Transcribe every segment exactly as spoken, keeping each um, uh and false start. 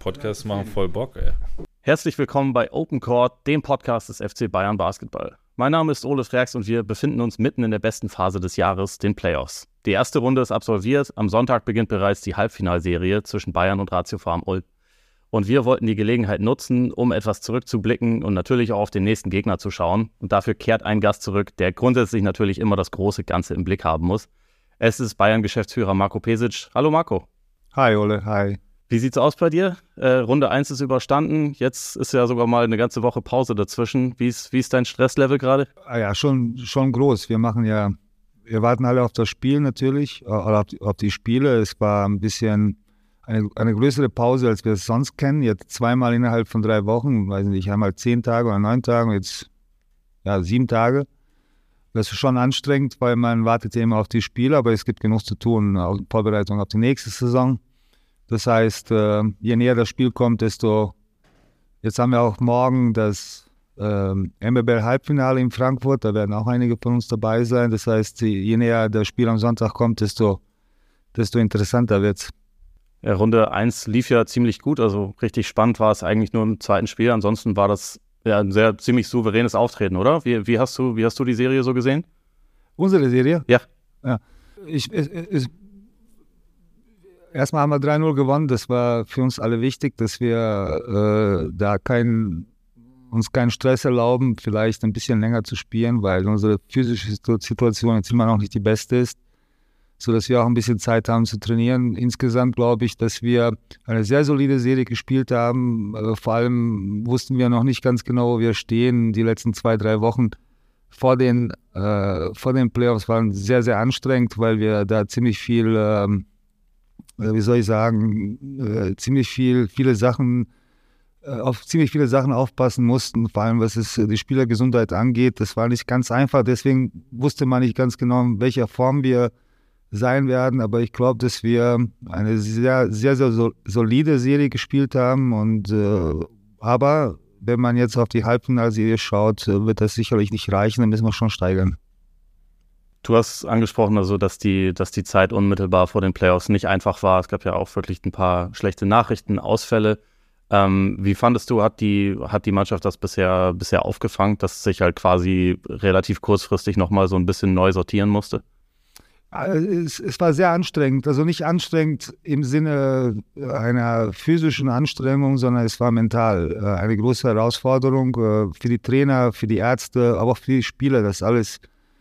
Podcasts machen voll Bock, ey. Herzlich willkommen bei Open Court, dem Podcast des F C Bayern Basketball. Mein Name ist Ole Freaks und wir befinden uns mitten in der besten Phase des Jahres, den Playoffs. Die erste Runde ist absolviert, am Sonntag beginnt bereits die Halbfinalserie zwischen Bayern und Ratio Farm-Ulm. Und wir wollten die Gelegenheit nutzen, um etwas zurückzublicken und natürlich auch auf den nächsten Gegner zu schauen. Und dafür kehrt ein Gast zurück, der grundsätzlich natürlich immer das große Ganze im Blick haben muss. Es ist Bayern-Geschäftsführer Marco Pesic. Hallo Marco. Hi Ole, hi. Wie sieht's aus bei dir? Äh, Runde eins ist überstanden, jetzt ist ja sogar mal eine ganze Woche Pause dazwischen. Wie ist, wie ist dein Stresslevel gerade? Ah ja, schon, schon groß. Wir machen ja, wir warten alle auf das Spiel natürlich, oder auf die, auf die Spiele. Es war ein bisschen eine, eine größere Pause, als wir es sonst kennen. Jetzt zweimal innerhalb von drei Wochen, weiß nicht, einmal zehn Tage oder neun Tage, jetzt ja sieben Tage. Das ist schon anstrengend, weil man wartet ja immer auf die Spiele, aber es gibt genug zu tun, auch in Vorbereitung auf die nächste Saison. Das heißt, äh, je näher das Spiel kommt, desto, jetzt haben wir auch morgen das äh, M B B L-Halbfinale in Frankfurt, da werden auch einige von uns dabei sein. Das heißt, je näher das Spiel am Sonntag kommt, desto, desto interessanter wird es. Ja, Runde eins lief ja ziemlich gut, also richtig spannend war es eigentlich nur im zweiten Spiel. Ansonsten war das ja ein sehr ziemlich souveränes Auftreten, oder? Wie, wie, hast du, wie hast du die Serie so gesehen? Unsere Serie? Ja. ja. Ich, es, es, Erstmal haben wir drei null gewonnen, das war für uns alle wichtig, dass wir äh, da kein, uns keinen Stress erlauben, vielleicht ein bisschen länger zu spielen, weil unsere physische Situation jetzt immer noch nicht die beste ist, sodass wir auch ein bisschen Zeit haben zu trainieren. Insgesamt glaube ich, dass wir eine sehr solide Serie gespielt haben. Äh, vor allem wussten wir noch nicht ganz genau, wo wir stehen. Die letzten zwei, drei Wochen vor den, äh, vor den Playoffs waren sehr, sehr anstrengend, weil wir da ziemlich viel... Äh, wie soll ich sagen, äh, ziemlich viel, viele Sachen, äh, auf ziemlich viele Sachen aufpassen mussten, vor allem was es äh, die Spielergesundheit angeht. Das war nicht ganz einfach, deswegen wusste man nicht ganz genau, in welcher Form wir sein werden, aber ich glaube, dass wir eine sehr, sehr, sehr so, solide Serie gespielt haben und äh, aber wenn man jetzt auf die Halbfinalserie schaut, äh, wird das sicherlich nicht reichen, dann müssen wir schon steigern. Du hast angesprochen, also dass die, dass die Zeit unmittelbar vor den Playoffs nicht einfach war. Es gab ja auch wirklich ein paar schlechte Nachrichten, Ausfälle. Ähm, wie fandest du, hat die, hat die Mannschaft das bisher, bisher aufgefangen, dass sich halt quasi relativ kurzfristig nochmal so ein bisschen neu sortieren musste? Es, es war sehr anstrengend, also nicht anstrengend im Sinne einer physischen Anstrengung, sondern es war mental eine große Herausforderung für die Trainer, für die Ärzte, aber auch für die Spieler, das alles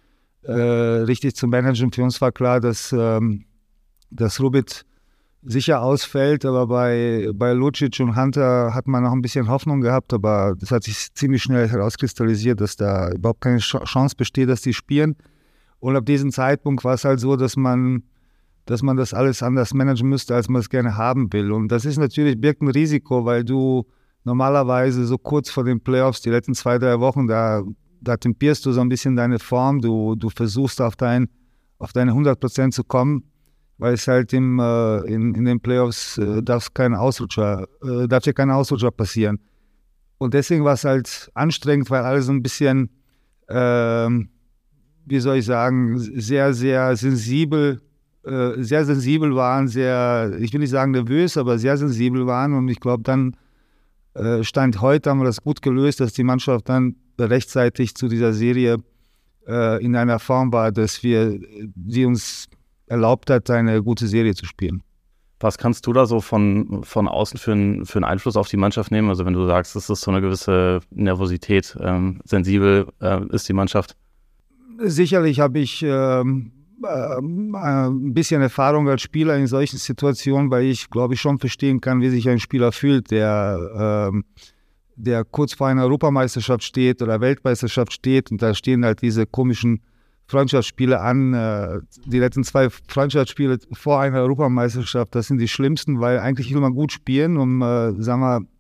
Äh, richtig zu managen. Für uns war klar, dass, ähm, dass Rubit sicher ausfällt, aber bei, bei Lucic und Hunter hat man noch ein bisschen Hoffnung gehabt, aber das hat sich ziemlich schnell herauskristallisiert, dass da überhaupt keine Chance besteht, dass die spielen. Und ab diesem Zeitpunkt war es halt so, dass man, dass man das alles anders managen müsste, als man es gerne haben will. Und das ist natürlich, birgt ein Risiko, weil du normalerweise so kurz vor den Playoffs, die letzten zwei, drei Wochen, da Da tempierst du so ein bisschen deine Form, du, du versuchst auf, dein, auf deine hundert Prozent zu kommen, weil es halt im, äh, in, in den Playoffs äh, darf kein Ausrutscher, äh, darf dir kein Ausrutscher passieren. Und deswegen war es halt anstrengend, weil alle so ein bisschen, äh, wie soll ich sagen, sehr, sehr sensibel, äh, sehr sensibel waren, sehr, ich will nicht sagen nervös, aber sehr sensibel waren. Und ich glaube, dann äh, Stand heute haben wir das gut gelöst, dass die Mannschaft dann rechtzeitig zu dieser Serie äh, in einer Form war, dass wir, die uns erlaubt hat, eine gute Serie zu spielen. Was kannst du da so von, von außen für, ein, für einen Einfluss auf die Mannschaft nehmen? Also wenn du sagst, es ist so eine gewisse Nervosität, ähm, sensibel äh, ist die Mannschaft? Sicherlich habe ich ähm, äh, ein bisschen Erfahrung als Spieler in solchen Situationen, weil ich, glaube ich, schon verstehen kann, wie sich ein Spieler fühlt, der ähm, der kurz vor einer Europameisterschaft steht oder Weltmeisterschaft steht und da stehen halt diese komischen Freundschaftsspiele an. Die letzten zwei Freundschaftsspiele vor einer Europameisterschaft, das sind die schlimmsten, weil eigentlich will man gut spielen, um, sagen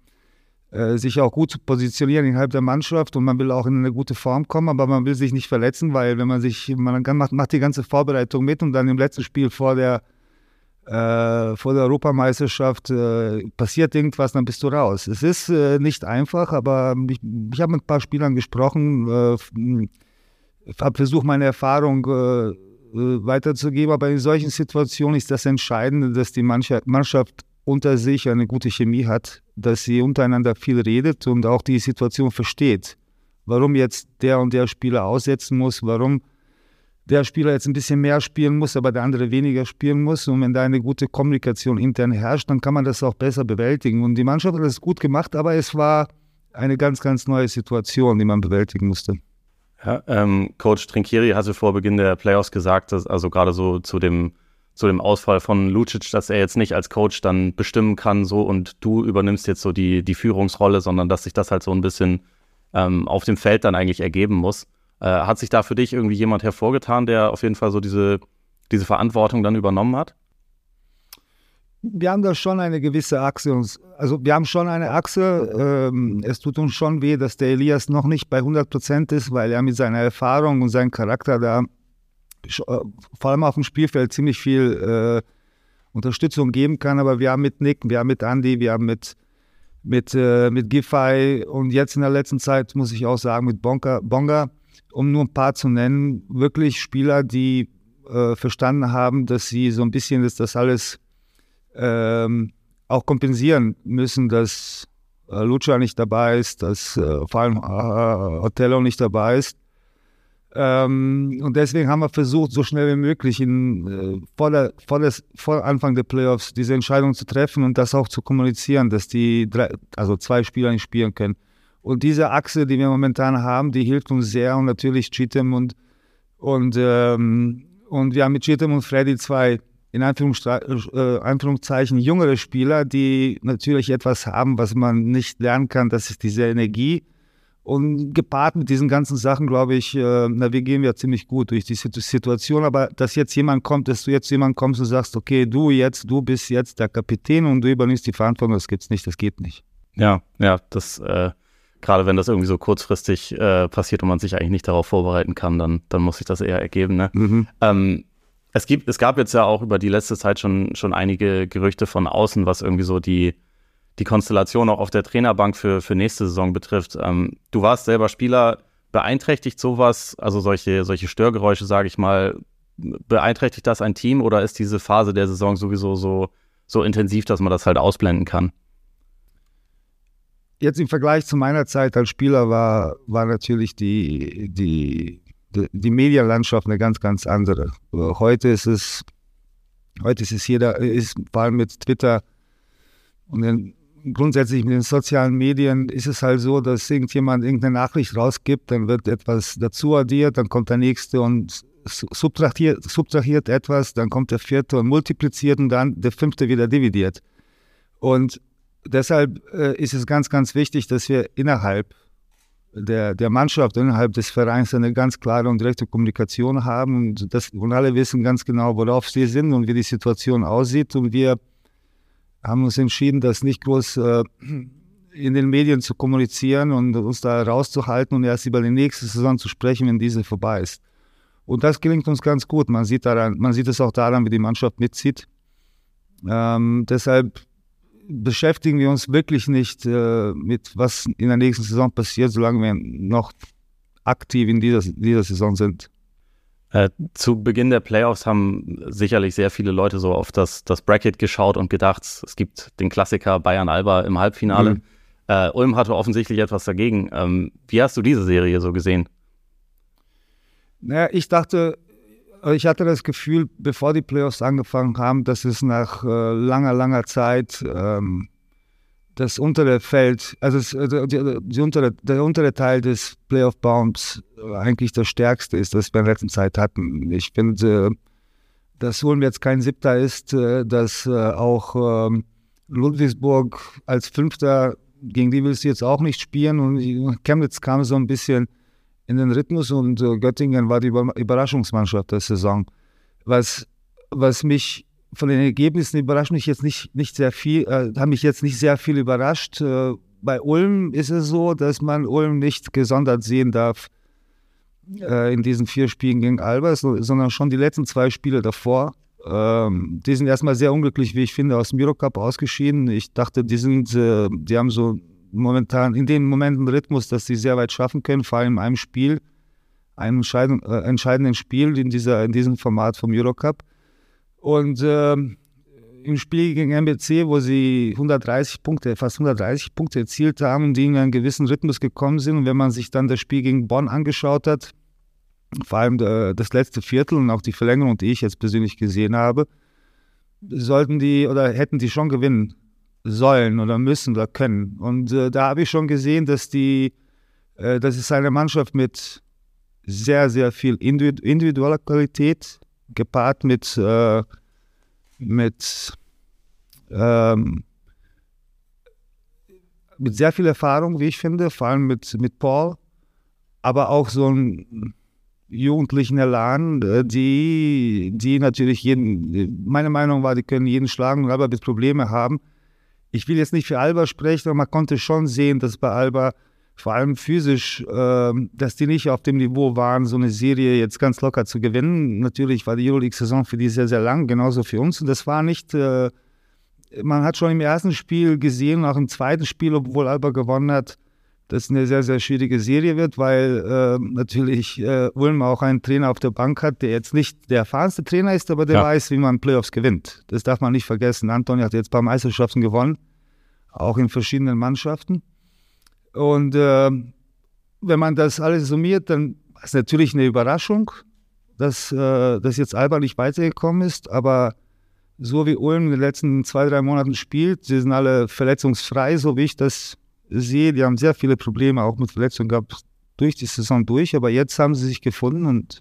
wir, sich auch gut zu positionieren innerhalb der Mannschaft und man will auch in eine gute Form kommen, aber man will sich nicht verletzen, weil wenn man sich, man macht, macht die ganze Vorbereitung mit und dann im letzten Spiel vor der Äh, vor der Europameisterschaft äh, passiert irgendwas, dann bist du raus. Es ist äh, nicht einfach, aber ich, ich habe mit ein paar Spielern gesprochen, äh, habe versucht, meine Erfahrung äh, weiterzugeben, aber in solchen Situationen ist das Entscheidende, dass die Mannschaft unter sich eine gute Chemie hat, dass sie untereinander viel redet und auch die Situation versteht. Warum jetzt der und der Spieler aussetzen muss, warum der Spieler jetzt ein bisschen mehr spielen muss, aber der andere weniger spielen muss. Und wenn da eine gute Kommunikation intern herrscht, dann kann man das auch besser bewältigen. Und die Mannschaft hat das gut gemacht, aber es war eine ganz, ganz neue Situation, die man bewältigen musste. Ja, ähm, Coach Trinchieri hatte vor Beginn der Playoffs gesagt, dass also gerade so zu dem, zu dem Ausfall von Lucic, dass er jetzt nicht als Coach dann bestimmen kann, so und du übernimmst jetzt so die, die Führungsrolle, sondern dass sich das halt so ein bisschen ähm, auf dem Feld dann eigentlich ergeben muss. Äh, hat sich da für dich irgendwie jemand hervorgetan, der auf jeden Fall so diese, diese Verantwortung dann übernommen hat? Wir haben da schon eine gewisse Achse. Also wir haben schon eine Achse. Ähm, es tut uns schon weh, dass der Elias noch nicht bei hundert Prozent ist, weil er mit seiner Erfahrung und seinem Charakter da äh, vor allem auf dem Spielfeld ziemlich viel äh, Unterstützung geben kann. Aber wir haben mit Nick, wir haben mit Andy, wir haben mit, mit, äh, mit Giffey und jetzt in der letzten Zeit, muss ich auch sagen, mit Bonga, Bonga um nur ein paar zu nennen, wirklich Spieler, die äh, verstanden haben, dass sie so ein bisschen das, das alles ähm, auch kompensieren müssen, dass äh, Lucha nicht dabei ist, dass äh, vor allem äh, Otello nicht dabei ist. Ähm, und deswegen haben wir versucht, so schnell wie möglich in, äh, vor, der, vor, des, vor Anfang der Playoffs diese Entscheidung zu treffen und das auch zu kommunizieren, dass die drei, also zwei Spieler nicht spielen können. Und diese Achse, die wir momentan haben, die hilft uns sehr und natürlich Chitem und, und, ähm, und wir haben mit Chitem und Freddy zwei in äh, Anführungszeichen jüngere Spieler, die natürlich etwas haben, was man nicht lernen kann, das ist diese Energie. Und gepaart mit diesen ganzen Sachen, glaube ich, äh, navigieren wir ziemlich gut durch die Situation. Aber dass jetzt jemand kommt, dass du jetzt jemand kommst und sagst, okay, du jetzt, du bist jetzt der Kapitän und du übernimmst die Verantwortung, das gibt's nicht, das geht nicht. Ja, ja, das äh gerade wenn das irgendwie so kurzfristig äh, passiert und man sich eigentlich nicht darauf vorbereiten kann, dann, dann muss sich das eher ergeben. Ne? Mhm. Ähm, es gibt, es gab jetzt ja auch über die letzte Zeit schon, schon einige Gerüchte von außen, was irgendwie so die, die Konstellation auch auf der Trainerbank für, für nächste Saison betrifft. Ähm, du warst selber Spieler, beeinträchtigt sowas, also solche, solche Störgeräusche, sage ich mal, beeinträchtigt das ein Team oder ist diese Phase der Saison sowieso so, so intensiv, dass man das halt ausblenden kann? Jetzt im Vergleich zu meiner Zeit als Spieler war, war natürlich die, die, die, die Medienlandschaft eine ganz, ganz andere. Heute ist es, heute ist es jeder, ist vor allem mit Twitter und den, grundsätzlich mit den sozialen Medien ist es halt so, dass irgendjemand irgendeine Nachricht rausgibt, dann wird etwas dazu addiert, dann kommt der Nächste und subtrahiert, subtrahiert etwas, dann kommt der Vierte und multipliziert und dann der Fünfte wieder dividiert. Und deshalb äh, ist es ganz, ganz wichtig, dass wir innerhalb der, der Mannschaft, innerhalb des Vereins eine ganz klare und direkte Kommunikation haben und, das, und alle wissen ganz genau, worauf sie sind und wie die Situation aussieht. Und wir haben uns entschieden, das nicht groß äh, in den Medien zu kommunizieren und uns da rauszuhalten und erst über die nächste Saison zu sprechen, wenn diese vorbei ist. Und das gelingt uns ganz gut. Man sieht daran, man sieht es auch daran, wie die Mannschaft mitzieht. Ähm, deshalb beschäftigen wir uns wirklich nicht äh, mit, was in der nächsten Saison passiert, solange wir noch aktiv in dieser, dieser Saison sind. Äh, zu Beginn der Playoffs haben sicherlich sehr viele Leute so auf das, das Bracket geschaut und gedacht, es gibt den Klassiker Bayern-Alba im Halbfinale. Mhm. Äh, Ulm hatte offensichtlich etwas dagegen. Ähm, wie hast du diese Serie so gesehen? Naja, ich dachte, ich hatte das Gefühl, bevor die Playoffs angefangen haben, dass es nach äh, langer, langer Zeit ähm, das untere Feld, also es, die, die untere, der untere Teil des Playoff-Baums eigentlich das stärkste ist, das wir in der letzten Zeit hatten. Ich finde, dass Ulm jetzt kein Siebter ist, dass auch ähm, Ludwigsburg als Fünfter, gegen die willst du jetzt auch nicht spielen und Chemnitz kam so ein bisschen in den Rhythmus und äh, Göttingen war die Überraschungsmannschaft der Saison. Was, was mich von den Ergebnissen überrascht mich jetzt nicht, nicht sehr viel, äh, haben mich jetzt nicht sehr viel überrascht. Äh, bei Ulm ist es so, dass man Ulm nicht gesondert sehen darf äh, in diesen vier Spielen gegen Alba, so, sondern schon die letzten zwei Spiele davor. Ähm, die sind erstmal sehr unglücklich, wie ich finde, aus dem Eurocup ausgeschieden. Ich dachte, die sind, äh, die haben so momentan in dem Moment einen Rhythmus, dass sie sehr weit schaffen können, vor allem in einem Spiel, einem entscheidenden, äh, entscheidenden Spiel in, dieser, in diesem Format vom Eurocup. Und äh, im Spiel gegen M B C, wo sie hundertdreißig Punkte, fast hundertdreißig Punkte erzielt haben, die in einen gewissen Rhythmus gekommen sind. Und wenn man sich dann das Spiel gegen Bonn angeschaut hat, vor allem das letzte Viertel und auch die Verlängerung, die ich jetzt persönlich gesehen habe, sollten die oder hätten die schon gewinnen sollen oder müssen oder können. Und äh, da habe ich schon gesehen, dass die, äh, das ist eine Mannschaft mit sehr, sehr viel Individu- individueller Qualität, gepaart mit, äh, mit, ähm, mit sehr viel Erfahrung, wie ich finde, vor allem mit, mit Paul, aber auch so ein jugendlichen Elan, die, die natürlich jeden, meine Meinung war, die können jeden schlagen und Alba wird Probleme haben. Ich will jetzt nicht für Alba sprechen, aber man konnte schon sehen, dass bei Alba vor allem physisch, äh, dass die nicht auf dem Niveau waren, so eine Serie jetzt ganz locker zu gewinnen. Natürlich war die Euroleague-Saison für die sehr, sehr lang, genauso für uns. Und das war nicht, äh, man hat schon im ersten Spiel gesehen, auch im zweiten Spiel, obwohl Alba gewonnen hat, dass es eine sehr, sehr schwierige Serie wird, weil äh, natürlich äh, Ulm auch einen Trainer auf der Bank hat, der jetzt nicht der erfahrenste Trainer ist, aber der ja. weiß, wie man Playoffs gewinnt. Das darf man nicht vergessen. Antoni hat jetzt ein paar Meisterschaften gewonnen, auch in verschiedenen Mannschaften. Und äh, wenn man das alles summiert, dann ist es natürlich eine Überraschung, dass, äh, dass jetzt Alba nicht weitergekommen ist, aber so wie Ulm in den letzten zwei, drei Monaten spielt, sie sind alle verletzungsfrei, so wie ich das sehe, die haben sehr viele Probleme, auch mit Verletzungen gehabt, durch die Saison durch, aber jetzt haben sie sich gefunden und,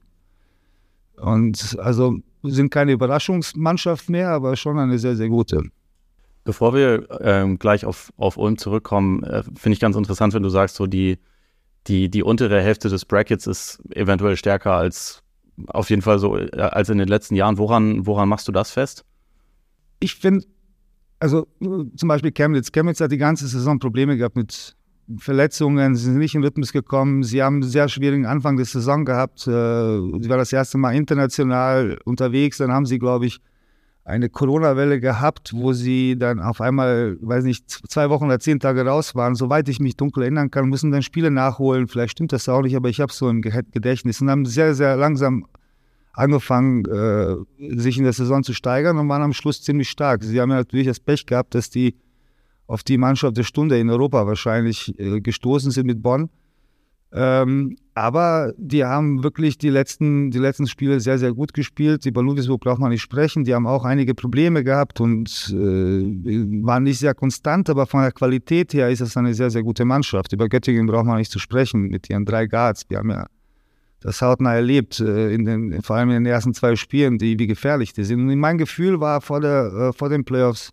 und also sind keine Überraschungsmannschaft mehr, aber schon eine sehr, sehr gute. Bevor wir ähm, gleich auf, auf Ulm zurückkommen, äh, finde ich ganz interessant, wenn du sagst, so die, die, die untere Hälfte des Brackets ist eventuell stärker als auf jeden Fall so äh, als in den letzten Jahren. Woran, woran machst du das fest? Ich finde, also zum Beispiel Chemnitz. Chemnitz hat die ganze Saison Probleme gehabt mit Verletzungen, sie sind nicht in Rhythmus gekommen, sie haben einen sehr schwierigen Anfang der Saison gehabt. Sie war das erste Mal international unterwegs, dann haben sie, glaube ich, eine Corona-Welle gehabt, wo sie dann auf einmal, weiß nicht, zwei Wochen oder zehn Tage raus waren. Soweit ich mich dunkel erinnern kann, müssen dann Spiele nachholen. Vielleicht stimmt das auch nicht, aber ich habe es so im Gedächtnis und haben sehr, sehr langsam angefangen, äh, sich in der Saison zu steigern und waren am Schluss ziemlich stark. Sie haben ja natürlich das Pech gehabt, dass die auf die Mannschaft der Stunde in Europa wahrscheinlich äh, gestoßen sind mit Bonn. Ähm, aber die haben wirklich die letzten, die letzten Spiele sehr, sehr gut gespielt. Über Ludwigsburg braucht man nicht sprechen. Die haben auch einige Probleme gehabt und äh, waren nicht sehr konstant, aber von der Qualität her ist es eine sehr, sehr gute Mannschaft. Über Göttingen braucht man nicht zu sprechen mit ihren drei Guards. Die haben ja das hautnah erlebt, äh, in den, vor allem in den ersten zwei Spielen, die, wie gefährlich die sind. Und mein Gefühl war vor, der, äh, vor den Playoffs,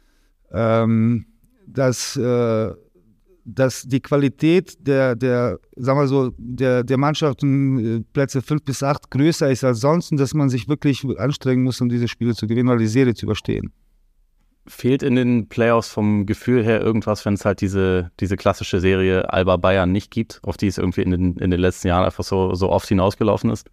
ähm, dass äh, dass die Qualität der, der, sagen wir so, der, der Mannschaften Plätze fünf bis acht größer ist als sonst und dass man sich wirklich anstrengen muss, um diese Spiele zu gewinnen oder die Serie zu überstehen. Fehlt in den Playoffs vom Gefühl her irgendwas, wenn es halt diese, diese klassische Serie Alba Bayern nicht gibt, auf die es irgendwie in den, in den letzten Jahren einfach so, so oft hinausgelaufen ist?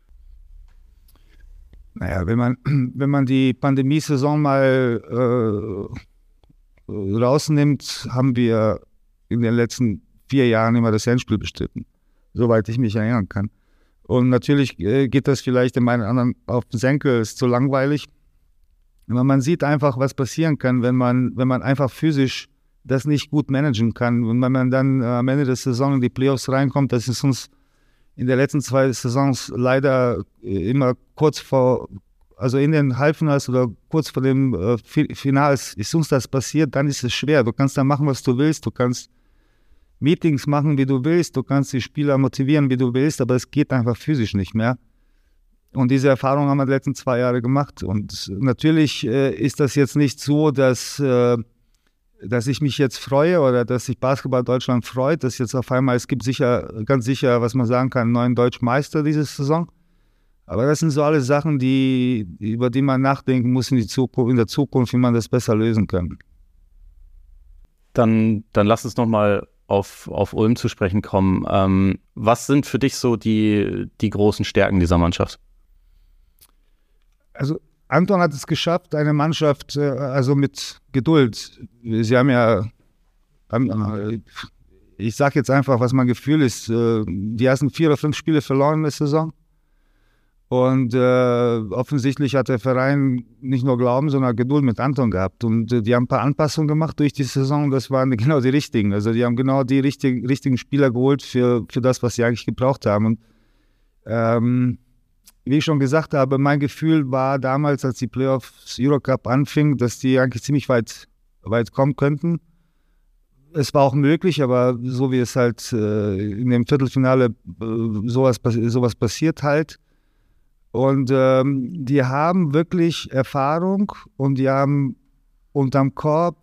Naja, wenn man, wenn man die Pandemiesaison mal äh, rausnimmt, haben wir in den letzten vier Jahren immer das Endspiel bestritten, soweit ich mich erinnern kann. Und natürlich äh, geht das vielleicht dem einen oder anderen auf den Senkel, ist zu langweilig. Aber man sieht einfach, was passieren kann, wenn man, wenn man einfach physisch das nicht gut managen kann. Und wenn man dann äh, am Ende der Saison in die Playoffs reinkommt, das ist uns in den letzten zwei Saisons leider äh, immer kurz vor, also in den Halbfinals oder kurz vor dem äh, Finals ist uns das passiert, dann ist es schwer. Du kannst da machen, was du willst, du kannst Meetings machen, wie du willst, du kannst die Spieler motivieren, wie du willst, aber es geht einfach physisch nicht mehr. Und diese Erfahrung haben wir die letzten zwei Jahre gemacht. Und natürlich äh, ist das jetzt nicht so, dass, äh, dass ich mich jetzt freue oder dass sich Basketball Deutschland freut, dass jetzt auf einmal, es gibt sicher, ganz sicher, was man sagen kann, einen neuen deutschen Meister diese Saison. Aber das sind so alle Sachen, die, über die man nachdenken muss in, die Zukunft, in der Zukunft, wie man das besser lösen kann. Dann, dann lass uns nochmal auf, auf Ulm zu sprechen kommen. Ähm, was sind für dich so die, die großen Stärken dieser Mannschaft? Also Anton hat es geschafft, eine Mannschaft, also mit Geduld. Sie haben ja, ich sage jetzt einfach, was mein Gefühl ist, die ersten vier oder fünf Spiele verloren in der Saison. Und äh, offensichtlich hat der Verein nicht nur Glauben, sondern Geduld mit Anton gehabt. Und äh, die haben ein paar Anpassungen gemacht durch die Saison. Das waren genau die richtigen. Also die haben genau die richtigen, richtigen Spieler geholt für, für das, was sie eigentlich gebraucht haben. Und ähm, wie ich schon gesagt habe, mein Gefühl war damals, als die Playoffs Eurocup anfing, dass die eigentlich ziemlich weit, weit kommen könnten. Es war auch möglich, aber so wie es halt äh, in dem Viertelfinale äh, sowas, sowas passiert halt. Und ähm, die haben wirklich Erfahrung und die haben unterm Korb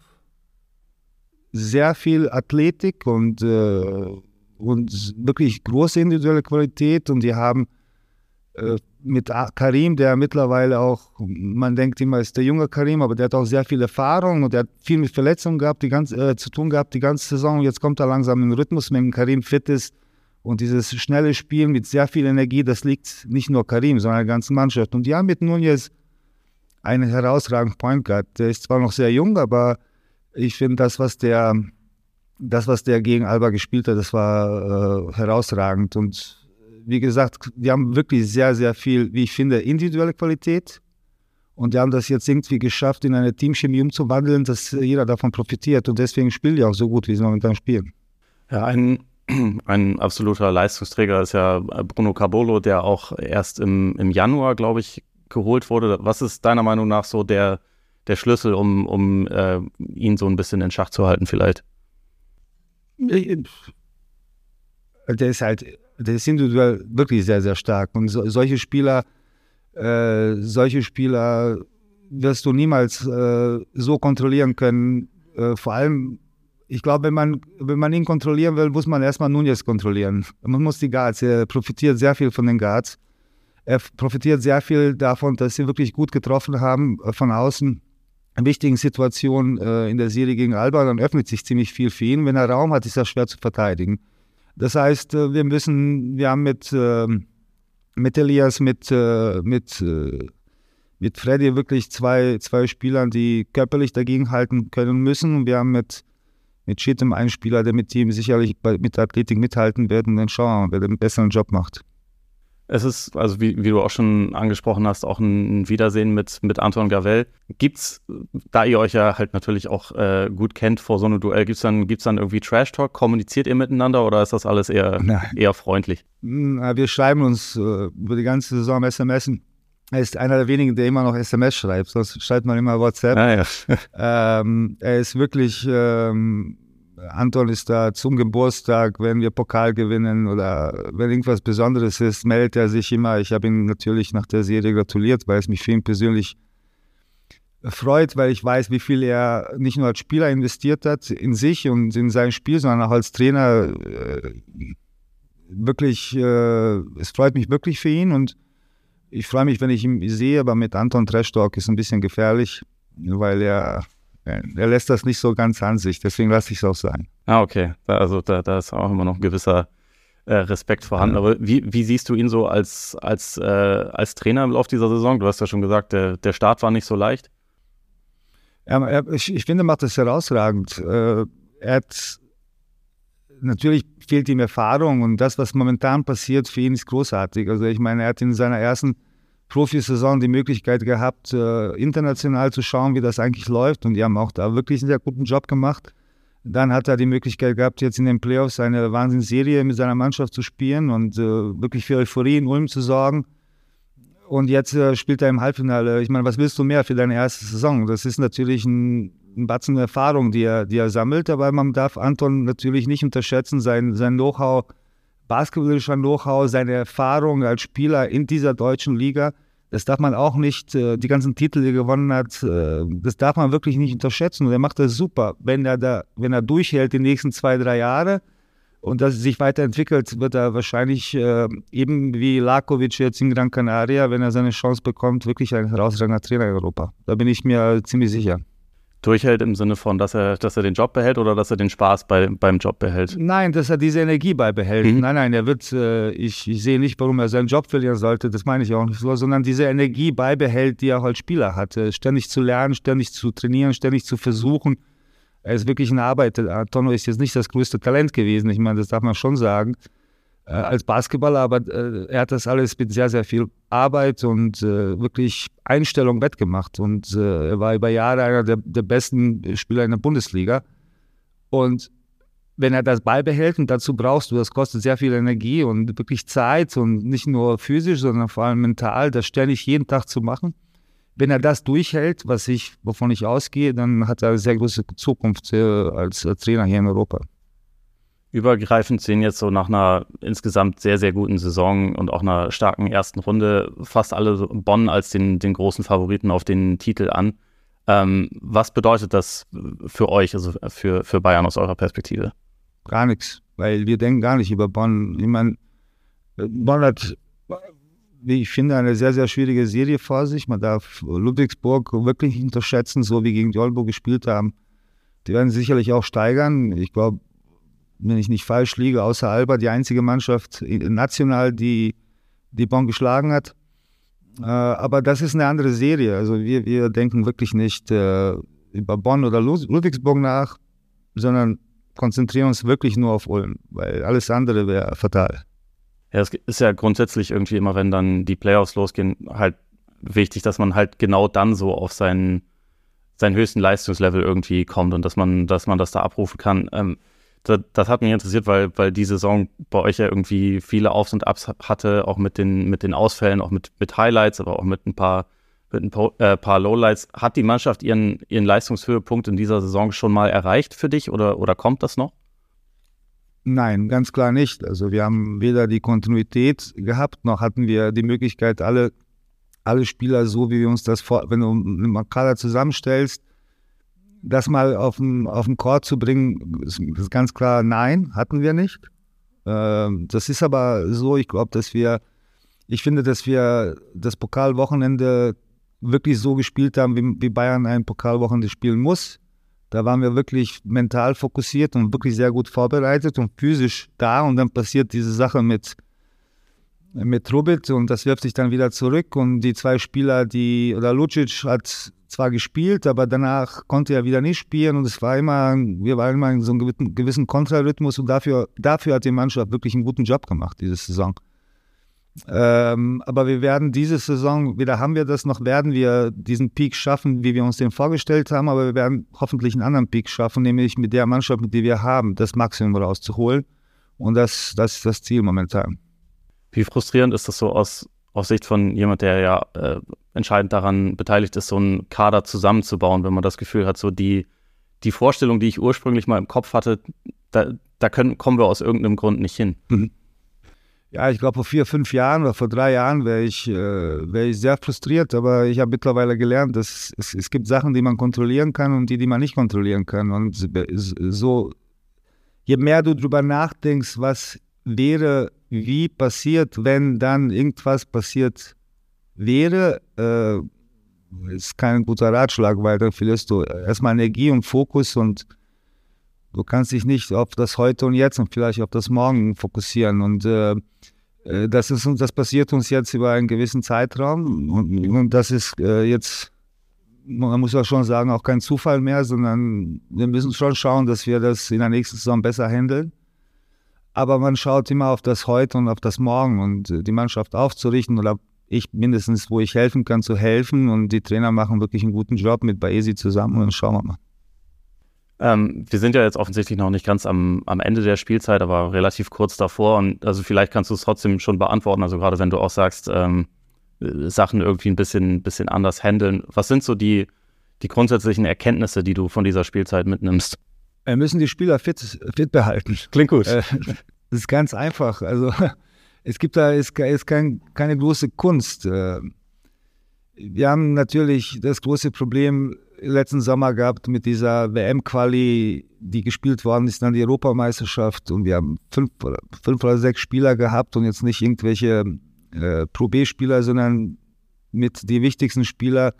sehr viel Athletik und, äh, und wirklich große individuelle Qualität. Und die haben äh, mit Karim, der mittlerweile auch, man denkt immer, ist der junge Karim, aber der hat auch sehr viel Erfahrung und der hat viel mit Verletzungen gehabt, die ganze, äh, zu tun gehabt die ganze Saison. Und jetzt kommt er langsam in den Rhythmus, wenn Karim fit ist. Und dieses schnelle Spielen mit sehr viel Energie, das liegt nicht nur Karim, sondern der ganzen Mannschaft. Und die haben mit Núñez einen herausragenden Point Guard. Der ist zwar noch sehr jung, aber ich finde, das, was der, das, was der gegen Alba gespielt hat, das war äh, herausragend. Und wie gesagt, die haben wirklich sehr, sehr viel, wie ich finde, individuelle Qualität. Und die haben das jetzt irgendwie geschafft, in eine Teamchemie umzuwandeln, dass jeder davon profitiert. Und deswegen spielen die auch so gut, wie sie momentan spielen. Ja, ein Ein absoluter Leistungsträger ist ja Bruno Caboclo, der auch erst im, im Januar, glaube ich, geholt wurde. Was ist deiner Meinung nach so der, der Schlüssel, um, um äh, ihn so ein bisschen in Schach zu halten vielleicht? Der ist halt, der ist individuell wirklich sehr, sehr stark. Und so, solche Spieler, äh, solche Spieler wirst du niemals äh, so kontrollieren können. Äh, vor allem Ich glaube, wenn man, wenn man ihn kontrollieren will, muss man erstmal Núñez kontrollieren. Man muss die Guards. Er profitiert sehr viel von den Guards. Er profitiert sehr viel davon, dass sie wirklich gut getroffen haben von außen. In wichtigen Situationen äh, in der Serie gegen Alba, dann öffnet sich ziemlich viel für ihn. Wenn er Raum hat, ist er schwer zu verteidigen. Das heißt, äh, wir müssen, wir haben mit, äh, mit Elias, mit, äh, mit, äh, mit Freddy wirklich zwei, zwei Spielern, die körperlich dagegenhalten können müssen. Wir haben mit Mit Cheatham ein Spieler, der mit Team sicherlich bei, mit der Athletik mithalten wird und dann schauen wir, wer den besseren Job macht. Es ist, also wie, wie du auch schon angesprochen hast, auch ein Wiedersehen mit, mit Anton Gavel. Gibt's, da ihr euch ja halt natürlich auch äh, gut kennt vor so einem Duell, gibt's dann, gibt's dann irgendwie Trash-Talk? Kommuniziert ihr miteinander oder ist das alles eher, eher freundlich? Na, wir schreiben uns äh, über die ganze Saison S M S. Er ist einer der wenigen, der immer noch S M S schreibt, sonst schreibt man immer WhatsApp. Ah, ja. ähm, er ist wirklich, ähm, Anton ist da zum Geburtstag, wenn wir Pokal gewinnen oder wenn irgendwas Besonderes ist, meldet er sich immer. Ich habe ihn natürlich nach der Serie gratuliert, weil es mich für ihn persönlich freut, weil ich weiß, wie viel er nicht nur als Spieler investiert hat in sich und in sein Spiel, sondern auch als Trainer. Äh, wirklich, äh, es freut mich wirklich für ihn und ich freue mich, wenn ich ihn sehe, aber mit Anton Trash Talk ist ein bisschen gefährlich, weil er, er lässt das nicht so ganz an sich, deswegen lasse ich es auch sein. Ah, okay. Also da, da ist auch immer noch ein gewisser äh, Respekt vorhanden. Ja. Aber wie, wie siehst du ihn so als, als, äh, als Trainer im Laufe dieser Saison? Du hast ja schon gesagt, der, der Start war nicht so leicht. Ja, er, ich, ich finde, er macht das herausragend. Äh, er hat Natürlich fehlt ihm Erfahrung und das, was momentan passiert, für ihn ist großartig. Also ich meine, er hat in seiner ersten Profisaison die Möglichkeit gehabt, äh, international zu schauen, wie das eigentlich läuft und die haben auch da wirklich einen sehr guten Job gemacht. Dann hat er die Möglichkeit gehabt, jetzt in den Playoffs eine Wahnsinnsserie mit seiner Mannschaft zu spielen und äh, wirklich für Euphorie in Ulm zu sorgen. Und jetzt äh, spielt er im Halbfinale. Ich meine, was willst du mehr für deine erste Saison? Das ist natürlich ein, ein Batzen Erfahrung, die er, die er sammelt, aber man darf Anton natürlich nicht unterschätzen, sein, sein Know-how, basketballischer Know-how, seine Erfahrung als Spieler in dieser deutschen Liga. Das darf man auch nicht, äh, die ganzen Titel, die er gewonnen hat, äh, das darf man wirklich nicht unterschätzen. Und er macht das super. Wenn er, da, wenn er durchhält die nächsten zwei, drei Jahre, und dass es sich weiterentwickelt, wird er wahrscheinlich äh, eben wie Lakovic jetzt in Gran Canaria, wenn er seine Chance bekommt, wirklich ein herausragender Trainer in Europa. Da bin ich mir ziemlich sicher. Durchhält im Sinne von, dass er, dass er den Job behält oder dass er den Spaß bei, beim Job behält? Nein, dass er diese Energie beibehält. Mhm. Nein, nein, er wird, äh, ich, ich sehe nicht, warum er seinen Job verlieren sollte, das meine ich auch nicht so, sondern diese Energie beibehält, die er auch als Spieler hatte. Ständig zu lernen, ständig zu trainieren, ständig zu versuchen. Er ist wirklich eine Arbeit. Antonio ist jetzt nicht das größte Talent gewesen, ich meine, das darf man schon sagen. äh, als Basketballer, aber äh, er hat das alles mit sehr, sehr viel Arbeit und äh, wirklich Einstellung wettgemacht. Und äh, er war über Jahre einer der, der besten Spieler in der Bundesliga. Und wenn er das beibehält, und dazu brauchst du, das kostet sehr viel Energie und wirklich Zeit und nicht nur physisch, sondern vor allem mental, das ständig jeden Tag zu machen. Wenn er das durchhält, was ich, wovon ich ausgehe, dann hat er eine sehr große Zukunft äh, als Trainer hier in Europa. Übergreifend sehen jetzt so nach einer insgesamt sehr, sehr guten Saison und auch einer starken ersten Runde fast alle so Bonn als den, den großen Favoriten auf den Titel an. Ähm, was bedeutet das für euch, also für, für Bayern aus eurer Perspektive? Gar nichts, weil wir denken gar nicht über Bonn. Ich meine, Bonn hat, wie ich finde, eine sehr, sehr schwierige Serie vor sich. Man darf Ludwigsburg wirklich nicht unterschätzen, so wie gegen die Oldenburg gespielt haben. Die werden sicherlich auch steigern. Ich glaube, wenn ich nicht falsch liege, außer Alba die einzige Mannschaft national, die, die Bonn geschlagen hat. Äh, aber das ist eine andere Serie. Also wir, wir denken wirklich nicht äh, über Bonn oder Ludwigsburg nach, sondern konzentrieren uns wirklich nur auf Ulm, weil alles andere wäre fatal. Ja, es ist ja grundsätzlich irgendwie immer, wenn dann die Playoffs losgehen, halt wichtig, dass man halt genau dann so auf seinen, seinen höchsten Leistungslevel irgendwie kommt und dass man, dass man das da abrufen kann. Ähm, das, das hat mich interessiert, weil, weil die Saison bei euch ja irgendwie viele Aufs und Abs hatte, auch mit den, mit den Ausfällen, auch mit, mit Highlights, aber auch mit ein paar, mit ein paar, äh, paar Lowlights. Hat die Mannschaft ihren, ihren Leistungshöhepunkt in dieser Saison schon mal erreicht für dich oder, oder kommt das noch? Nein, ganz klar nicht. Also wir haben weder die Kontinuität gehabt, noch hatten wir die Möglichkeit, alle, alle Spieler so, wie wir uns das vor, wenn du einen Kader zusammenstellst, das mal auf den, auf den Court zu bringen, ist, ist ganz klar nein, hatten wir nicht. Ähm, das ist aber so, ich glaube, dass wir, ich finde, dass wir das Pokalwochenende wirklich so gespielt haben, wie, wie Bayern ein Pokalwochenende spielen muss. Da waren wir wirklich mental fokussiert und wirklich sehr gut vorbereitet und physisch da. Und dann passiert diese Sache mit, mit Trubit und das wirft sich dann wieder zurück. Und die zwei Spieler, die, oder Lucic hat zwar gespielt, aber danach konnte er wieder nicht spielen. Und es war immer, wir waren immer in so einem gewissen, gewissen Kontrarhythmus. Und dafür, dafür hat die Mannschaft wirklich einen guten Job gemacht, diese Saison. Ähm, aber wir werden diese Saison, weder haben wir das, noch werden wir diesen Peak schaffen, wie wir uns den vorgestellt haben, aber wir werden hoffentlich einen anderen Peak schaffen, nämlich mit der Mannschaft, mit der wir haben, das Maximum rauszuholen. Und das, das ist das Ziel momentan. Wie frustrierend ist das so aus, aus Sicht von jemand, der ja äh, entscheidend daran beteiligt ist, so einen Kader zusammenzubauen, wenn man das Gefühl hat, so die, die Vorstellung, die ich ursprünglich mal im Kopf hatte, da, da können, kommen wir aus irgendeinem Grund nicht hin. Mhm. Ja, ich glaube, vor vier, fünf Jahren oder vor drei Jahren wäre ich, äh, wär ich sehr frustriert, aber ich habe mittlerweile gelernt, dass es, es gibt Sachen, die man kontrollieren kann und die, die man nicht kontrollieren kann. Und so, je mehr du drüber nachdenkst, was wäre, wie passiert, wenn dann irgendwas passiert wäre, äh, ist kein guter Ratschlag, weil dann verlierst du erstmal Energie und Fokus und du kannst dich nicht auf das Heute und Jetzt und vielleicht auf das Morgen fokussieren. Und äh, das ist das passiert uns jetzt über einen gewissen Zeitraum. Und, und das ist äh, jetzt, man muss ja schon sagen, auch kein Zufall mehr, sondern wir müssen schon schauen, dass wir das in der nächsten Saison besser handeln. Aber man schaut immer auf das Heute und auf das Morgen und die Mannschaft aufzurichten oder ich mindestens, wo ich helfen kann, zu helfen. Und die Trainer machen wirklich einen guten Job mit Baesi zusammen und dann schauen wir mal. Ähm, wir sind ja jetzt offensichtlich noch nicht ganz am, am Ende der Spielzeit, aber relativ kurz davor. Und also vielleicht kannst du es trotzdem schon beantworten, also gerade wenn du auch sagst, ähm, Sachen irgendwie ein bisschen, bisschen anders handeln. Was sind so die, die grundsätzlichen Erkenntnisse, die du von dieser Spielzeit mitnimmst? Wir müssen die Spieler fit, fit behalten. Klingt gut. Äh, das ist ganz einfach. Also es gibt da ist, ist kein, keine große Kunst. Äh, wir haben natürlich das große Problem letzten Sommer gehabt mit dieser W M-Quali, die gespielt worden ist, dann die Europameisterschaft und wir haben fünf oder, fünf oder sechs Spieler gehabt und jetzt nicht irgendwelche äh, Pro B-Spieler, sondern mit die wichtigsten Spieler.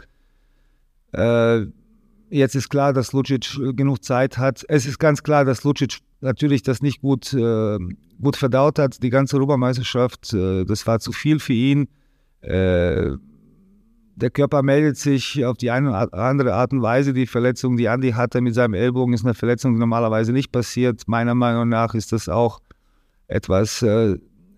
Äh, jetzt ist klar, dass Lucic genug Zeit hat. Es ist ganz klar, dass Lucic natürlich das nicht gut, äh, gut verdaut hat, die ganze Europameisterschaft. Äh, das war zu viel für ihn. Äh, Der Körper meldet sich auf die eine oder andere Art und Weise. Die Verletzung, die Andi hatte mit seinem Ellbogen, ist eine Verletzung, die normalerweise nicht passiert. Meiner Meinung nach ist das auch etwas, äh,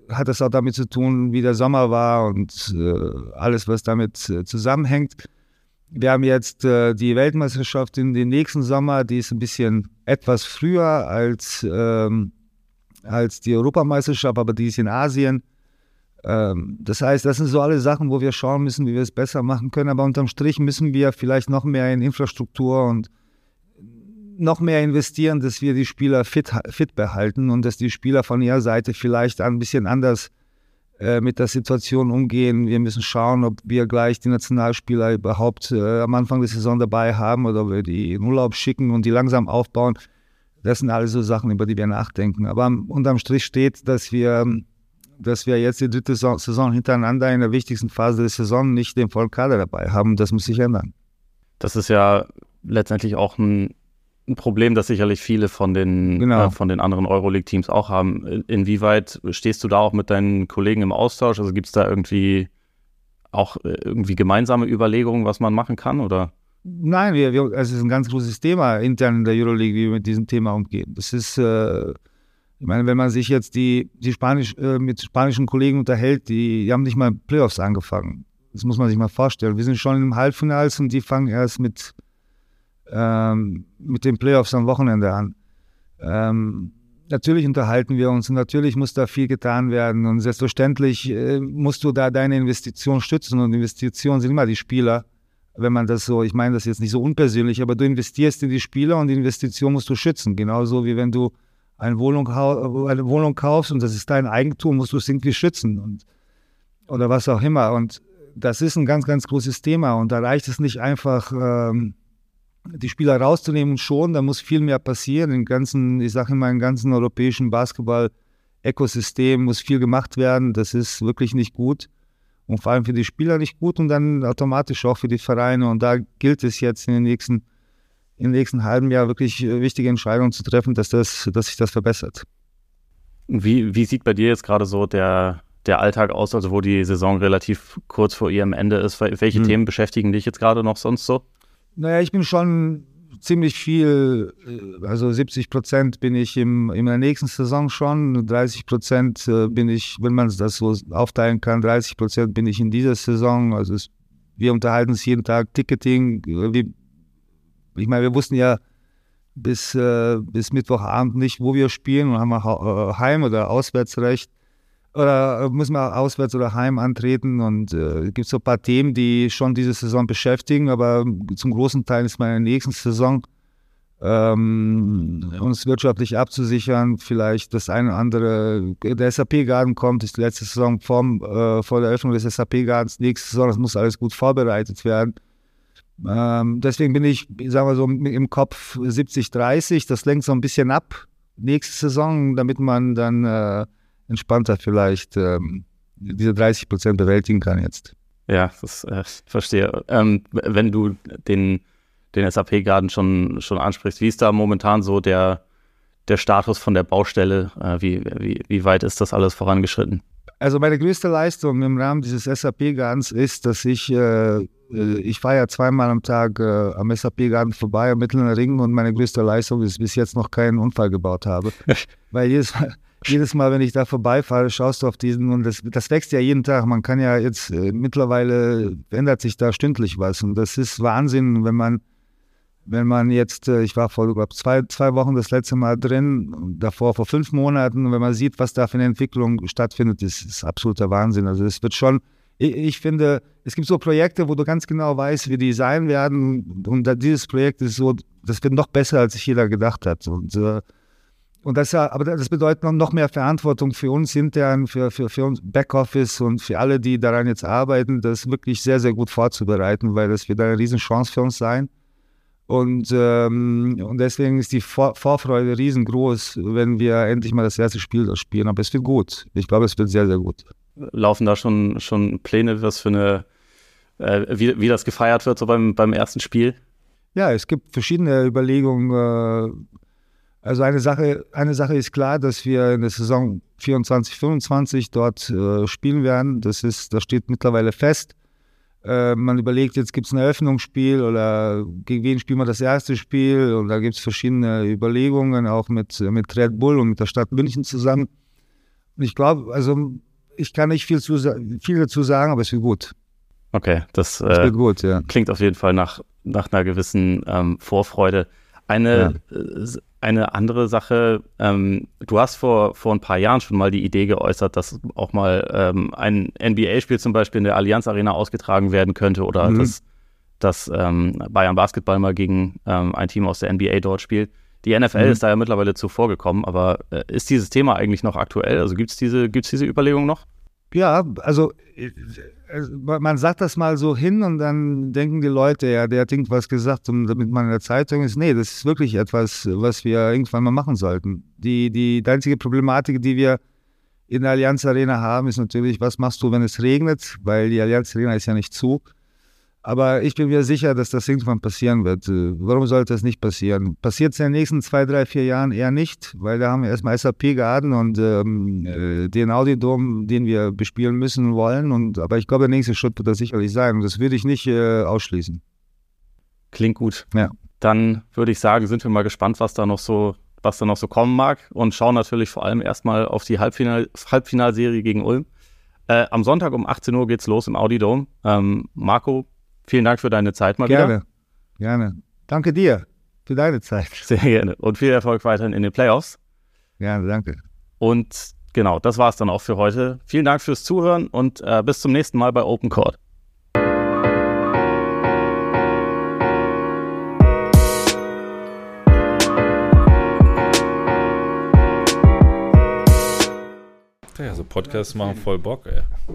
hat das auch damit zu tun, wie der Sommer war und äh, alles, was damit äh, zusammenhängt. Wir haben jetzt äh, die Weltmeisterschaft in den nächsten Sommer, die ist ein bisschen etwas früher als, ähm, als die Europameisterschaft, aber die ist in Asien. Ähm, das heißt, das sind so alle Sachen, wo wir schauen müssen, wie wir es besser machen können. Aber unterm Strich müssen wir vielleicht noch mehr in Infrastruktur und noch mehr investieren, dass wir die Spieler fit, fit behalten und dass die Spieler von ihrer Seite vielleicht ein bisschen anders äh, mit der Situation umgehen. Wir müssen schauen, ob wir gleich die Nationalspieler überhaupt äh, am Anfang der Saison dabei haben oder ob wir die in Urlaub schicken und die langsam aufbauen. Das sind alles so Sachen, über die wir nachdenken. Aber unterm Strich steht, dass wir, dass wir jetzt die dritte Saison hintereinander in der wichtigsten Phase der Saison nicht den vollen Kader dabei haben. Das muss sich ändern. Das ist ja letztendlich auch ein Ein Problem, das sicherlich viele von den, genau. äh, von den anderen Euroleague-Teams auch haben. Inwieweit stehst du da auch mit deinen Kollegen im Austausch? Also gibt es da irgendwie auch irgendwie gemeinsame Überlegungen, was man machen kann, oder? Nein, wir, wir, es ist ein ganz großes Thema intern in der Euroleague, wie wir mit diesem Thema umgehen. Das ist, äh, ich meine, wenn man sich jetzt die, die Spanisch, äh, mit spanischen Kollegen unterhält, die, die haben nicht mal Playoffs angefangen. Das muss man sich mal vorstellen. Wir sind schon im Halbfinals und die fangen erst mit Ähm, mit den Playoffs am Wochenende an. Ähm, natürlich unterhalten wir uns und natürlich muss da viel getan werden und selbstverständlich äh, musst du da deine Investition stützen und Investitionen sind immer die Spieler, wenn man das so, ich meine das jetzt nicht so unpersönlich, aber du investierst in die Spieler und die Investition musst du schützen, genauso wie wenn du eine Wohnung, eine Wohnung kaufst und das ist dein Eigentum, musst du es irgendwie schützen und, oder was auch immer und das ist ein ganz, ganz großes Thema und da reicht es nicht einfach ähm, die Spieler rauszunehmen schon, da muss viel mehr passieren. Im ganzen, ich sage immer, im ganzen europäischen Basketball-Ökosystem muss viel gemacht werden. Das ist wirklich nicht gut und vor allem für die Spieler nicht gut und dann automatisch auch für die Vereine. Und da gilt es jetzt in den nächsten, im nächsten halben Jahr wirklich wichtige Entscheidungen zu treffen, dass, das, dass sich das verbessert. Wie, wie sieht bei dir jetzt gerade so der, der Alltag aus, also wo die Saison relativ kurz vor ihrem Ende ist? Welche hm. Themen beschäftigen dich jetzt gerade noch sonst so? Naja, ich bin schon ziemlich viel, also siebzig Prozent bin ich im, in der nächsten Saison schon, dreißig Prozent bin ich, wenn man das so aufteilen kann, dreißig Prozent bin ich in dieser Saison. Also es, wir unterhalten uns jeden Tag, Ticketing. Wir, ich meine, wir wussten ja bis, äh, bis Mittwochabend nicht, wo wir spielen und haben wir Heim- oder Auswärtsrecht. Oder müssen wir auswärts oder heim antreten und es äh, gibt so ein paar Themen, die schon diese Saison beschäftigen, aber zum großen Teil ist meine nächste Saison ähm, uns wirtschaftlich abzusichern, vielleicht das eine oder andere, der S A P-Garden kommt, ist die letzte Saison vom, äh, vor der Eröffnung des S A P-Gardens, nächste Saison, das muss alles gut vorbereitet werden. Ähm, deswegen bin ich, sagen wir so, im Kopf siebzig dreißig, das lenkt so ein bisschen ab, nächste Saison, damit man dann äh, entspannter vielleicht ähm, diese dreißig Prozent bewältigen kann jetzt. Ja, das äh, verstehe. Ähm, wenn du den, den S A P-Garden schon, schon ansprichst, wie ist da momentan so der, der Status von der Baustelle? Äh, wie, wie, wie weit ist das alles vorangeschritten? Also meine größte Leistung im Rahmen dieses S A P-Gardens ist, dass ich, äh, ich fahre ja zweimal am Tag äh, am S A P-Garden vorbei, am Mittleren Ring und meine größte Leistung ist, bis jetzt noch keinen Unfall gebaut habe. Weil jedes Mal Jedes Mal, wenn ich da vorbeifahre, schaust du auf diesen und das, das wächst ja jeden Tag. Man kann ja jetzt, äh, mittlerweile ändert sich da stündlich was und das ist Wahnsinn, wenn man, wenn man jetzt, äh, ich war vor, glaube zwei, zwei Wochen das letzte Mal drin, davor vor fünf Monaten, und wenn man sieht, was da für eine Entwicklung stattfindet, das ist absoluter Wahnsinn. Also es wird schon, ich, ich finde, es gibt so Projekte, wo du ganz genau weißt, wie die sein werden und da, dieses Projekt ist so, das wird noch besser, als sich jeder gedacht hat und äh, Und das, aber das bedeutet noch mehr Verantwortung für uns intern, für, für, für uns Backoffice und für alle, die daran jetzt arbeiten, das wirklich sehr, sehr gut vorzubereiten, weil das wird eine Riesenchance für uns sein. Und, ähm, und deswegen ist die Vor- Vorfreude riesengroß, wenn wir endlich mal das erste Spiel da spielen. Aber es wird gut. Ich glaube, es wird sehr, sehr gut. Laufen da schon, schon Pläne, was für eine, äh, wie, wie das gefeiert wird so beim, beim ersten Spiel? Ja, es gibt verschiedene Überlegungen. Äh, Also eine Sache, eine Sache ist klar, dass wir in der Saison vierundzwanzig fünfundzwanzig dort äh, spielen werden. Das ist, das steht mittlerweile fest. Äh, man überlegt, jetzt gibt es ein Eröffnungsspiel oder gegen wen spielen wir das erste Spiel. Und da gibt es verschiedene Überlegungen, auch mit, mit Red Bull und mit der Stadt München zusammen. Ich glaube, also ich kann nicht viel, zu, viel dazu sagen, aber es wird gut. Okay, das, es äh, wird gut, ja. klingt auf jeden Fall nach, nach einer gewissen ähm, Vorfreude. Eine, ja. äh, eine andere Sache, ähm, du hast vor, vor ein paar Jahren schon mal die Idee geäußert, dass auch mal ähm, ein N B A-Spiel zum Beispiel in der Allianz Arena ausgetragen werden könnte oder mhm. dass, dass ähm, Bayern Basketball mal gegen ähm, ein Team aus der N B A dort spielt. Die N F L mhm. ist da ja mittlerweile zuvor gekommen, aber äh, ist dieses Thema eigentlich noch aktuell? Also gibt es diese, gibt's diese Überlegung noch? Ja, also man sagt das mal so hin und dann denken die Leute, ja, der hat irgendwas gesagt, damit man in der Zeitung ist. Nee, das ist wirklich etwas, was wir irgendwann mal machen sollten. Die, die, die einzige Problematik, die wir in der Allianz Arena haben, ist natürlich, was machst du, wenn es regnet? Weil die Allianz Arena ist ja nicht zu. Aber ich bin mir sicher, dass das irgendwann passieren wird. Warum sollte das nicht passieren? Passiert es in den nächsten zwei, drei, vier Jahren eher nicht, weil da haben wir erstmal S A P Garden und ähm, den Audi-Dom, den wir bespielen müssen und wollen. Und, aber ich glaube, der nächste Schritt wird das sicherlich sein. Und das würde ich nicht äh, ausschließen. Klingt gut. Ja. Dann würde ich sagen, sind wir mal gespannt, was da noch so, was da noch so kommen mag. Und schauen natürlich vor allem erstmal auf die Halbfinal- Halbfinalserie gegen Ulm. Äh, am Sonntag um achtzehn Uhr geht's los im Audi-Dom. Ähm, Marco, vielen Dank für deine Zeit mal gerne, wieder. Gerne, gerne. Danke dir für deine Zeit. Sehr gerne. Und viel Erfolg weiterhin in den Playoffs. Gerne, danke. Und genau, das war es dann auch für heute. Vielen Dank fürs Zuhören und äh, bis zum nächsten Mal bei Open Court. Ja, so Podcasts machen voll Bock, ey.